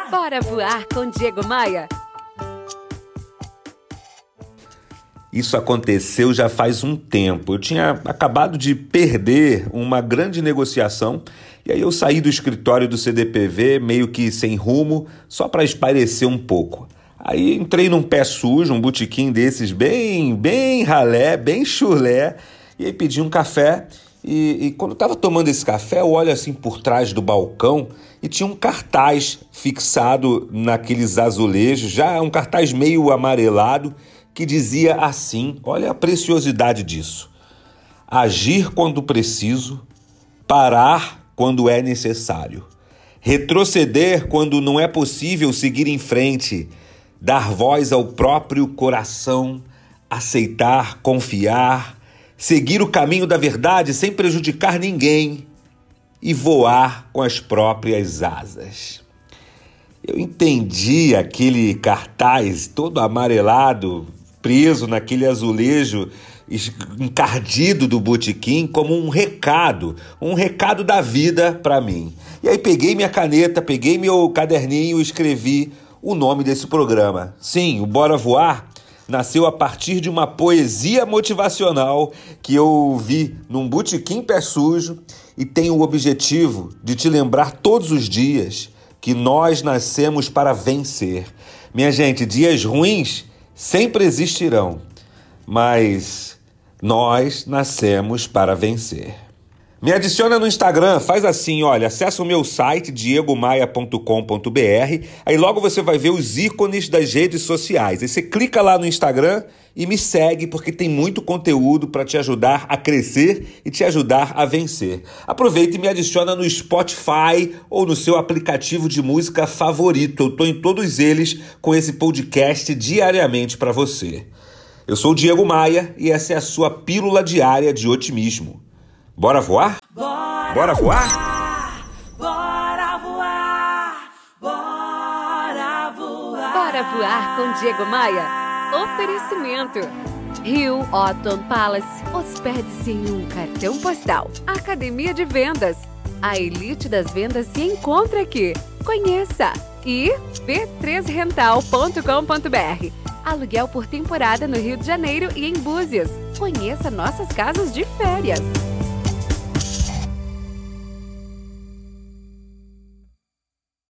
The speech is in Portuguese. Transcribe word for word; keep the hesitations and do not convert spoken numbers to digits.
Bora voar com Diego Maia. Isso aconteceu já faz um tempo. Eu tinha acabado de perder uma grande negociação e aí eu saí do escritório do C D P V meio que sem rumo, só para espairecer um pouco. Aí entrei num pé sujo, um botequim desses bem, bem ralé, bem chulé, e aí pedi um café. E, e quando eu estava tomando esse café, eu olho assim por trás do balcão e tinha um cartaz fixado naqueles azulejos, já um cartaz meio amarelado, que dizia assim, olha a preciosidade disso: agir quando preciso, parar quando é necessário, retroceder quando não é possível seguir em frente, dar voz ao próprio coração, aceitar, confiar, seguir o caminho da verdade sem prejudicar ninguém e voar com as próprias asas. Eu entendi aquele cartaz todo amarelado, preso naquele azulejo encardido do botequim como um recado, um recado da vida para mim. E aí peguei minha caneta, peguei meu caderninho e escrevi o nome desse programa. Sim, o Bora Voar nasceu a partir de uma poesia motivacional que eu vi num botequim pé sujo e tem o objetivo de te lembrar todos os dias que nós nascemos para vencer. Minha gente, dias ruins sempre existirão, mas nós nascemos para vencer. Me adiciona no Instagram, faz assim, olha, acessa o meu site diego maia ponto com ponto b r, aí logo você vai ver os ícones das redes sociais. Aí você clica lá no Instagram e me segue, porque tem muito conteúdo para te ajudar a crescer e te ajudar a vencer. Aproveita e me adiciona no Spotify ou no seu aplicativo de música favorito. Eu estou em todos eles com esse podcast diariamente para você. Eu sou o Diego Maia e essa é a sua pílula diária de otimismo. Bora voar? Bora, Bora voar? Bora voar! Bora voar! Bora voar com Diego Maia. Oferecimento: Rio Otton Palace. Hospede-se em um cartão postal. Academia de Vendas. A elite das vendas se encontra aqui. Conheça! E b três rental ponto com ponto b r. Aluguel por temporada no Rio de Janeiro e em Búzios. Conheça nossas casas de férias.